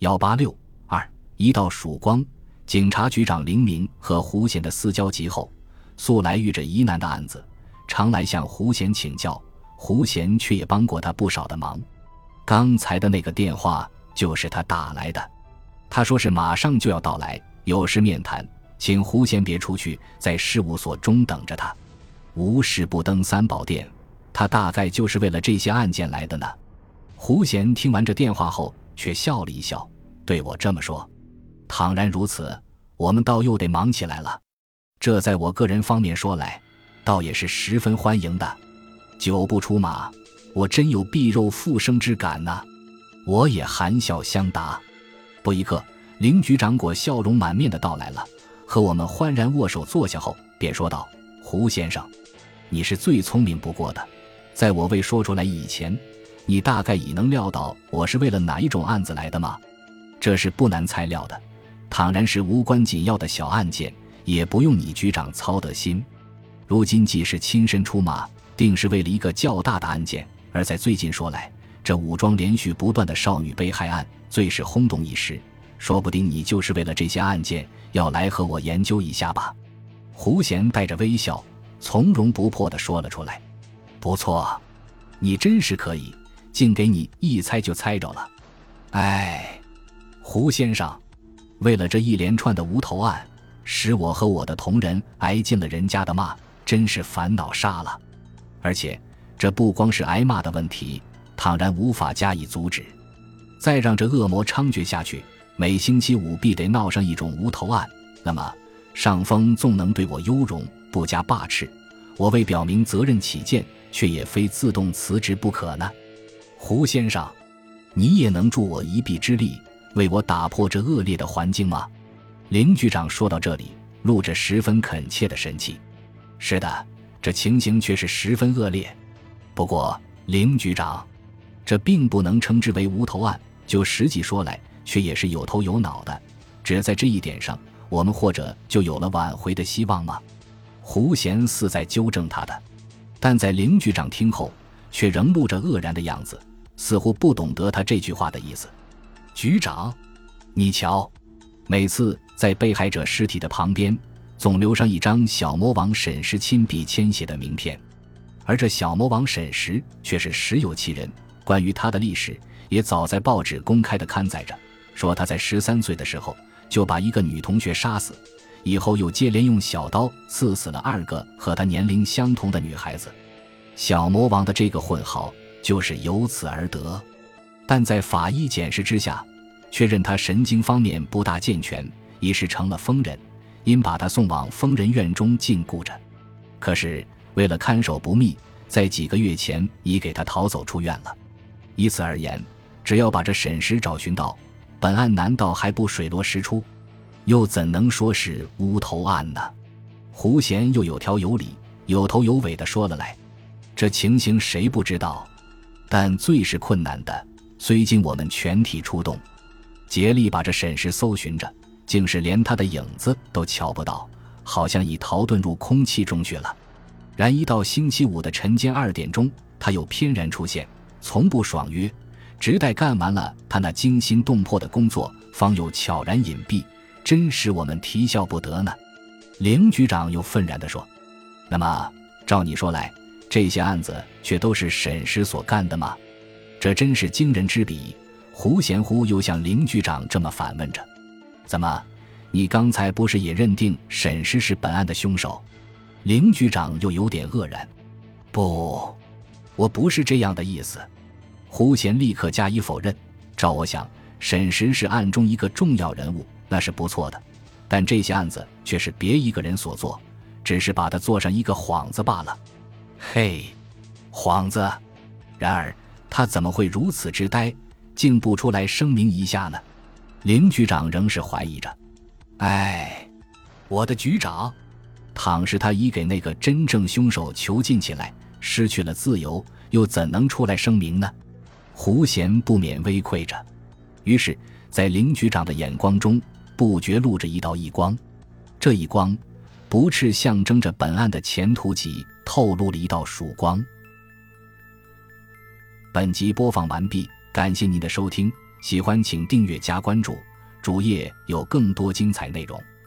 186-2一道曙光。警察局长凌明和胡贤的私交极厚，素来遇着疑难的案子，常来向胡贤请教，胡贤却也帮过他不少的忙。刚才的那个电话就是他打来的，他说是马上就要到来，有事面谈，请胡贤别出去，在事务所中等着他。无事不登三宝殿，他大概就是为了这些案件来的呢。胡贤听完这电话后却笑了一笑，对我这么说：倘然如此，我们倒又得忙起来了。这在我个人方面说来，倒也是十分欢迎的。久不出马，我真有臂肉复生之感呢。我也含笑相答。不一刻，凌局长果笑容满面地到来了，和我们欢然握手坐下后，便说道：胡先生，你是最聪明不过的，在我未说出来以前，你大概已能料到我是为了哪一种案子来的吗？这是不难猜料的，倘然是无关紧要的小案件，也不用你局长操得心。如今既是亲身出马，定是为了一个较大的案件，而在最近说来，这武装连续不断的少女被害案最是轰动一时，说不定你就是为了这些案件要来和我研究一下吧。胡贤带着微笑，从容不迫地说了出来。不错，你真是可以，竟给你一猜就猜着了。哎，胡先生，为了这一连串的无头案，使我和我的同仁挨进了人家的骂，真是烦恼煞了。而且这不光是挨骂的问题，倘然无法加以阻止，再让这恶魔猖獗下去，每星期五必得闹上一种无头案，那么上峰纵能对我优容，不加罢斥，我为表明责任起见，却也非自动辞职不可呢。胡先生，你也能助我一臂之力，为我打破这恶劣的环境吗？凌局长说到这里，露着十分恳切的神气。是的，这情形却是十分恶劣。不过凌局长，这并不能称之为无头案，就实际说来，却也是有头有脑的。只在这一点上，我们或者就有了挽回的希望吗？胡贤似在纠正他的，但在凌局长听后，却仍露着愕然的样子，似乎不懂得他这句话的意思。局长，你瞧，每次在被害者尸体的旁边，总留上一张小魔王沈石亲笔签写的名片，而这小魔王沈石却是实有其人，关于他的历史也早在报纸公开的刊载着，说他在13岁的时候就把一个女同学杀死，以后又接连用小刀刺死了2个和他年龄相同的女孩子。小魔王的这个混号就是由此而得，但在法医检视之下，确认他神经方面不大健全，一时成了疯人，因把他送往疯人院中禁锢着。可是为了看守不密，在几个月前已给他逃走出院了。以此而言，只要把这沈石找寻到，本案难道还不水落石出？又怎能说是无头案呢？胡贤又有条有理、有头有尾地说了来。这情形谁不知道？但最是困难的，虽经我们全体出动，竭力把这沈石搜寻着，竟是连他的影子都瞧不到，好像已逃遁入空气中去了。然一到星期五的晨间2点钟，他又翩然出现，从不爽约，直待干完了他那惊心动魄的工作，方又悄然隐蔽，真使我们啼笑不得呢。凌局长又愤然地说：那么照你说来，这些案子却都是沈石所干的吗？这真是惊人之笔。胡贤忽又向凌局长这么反问着：怎么，你刚才不是也认定沈石是本案的凶手？凌局长又有点愕然。不，我不是这样的意思。胡贤立刻加以否认。照我想，沈石是案中一个重要人物，那是不错的，但这些案子却是别一个人所做，只是把他做上一个幌子罢了。嘿，幌子？然而他怎么会如此之呆，竟不出来声明一下呢？凌局长仍是怀疑着。哎，我的局长，倘是他已给那个真正凶手囚禁起来，失去了自由，又怎能出来声明呢？胡贤不免微愧着。于是在凌局长的眼光中不觉露着一道异光，这一光不啻象征着本案的前途及透露了一道曙光。本集播放完毕，感谢您的收听， 喜欢请订阅加关注，主页有更多精彩内容。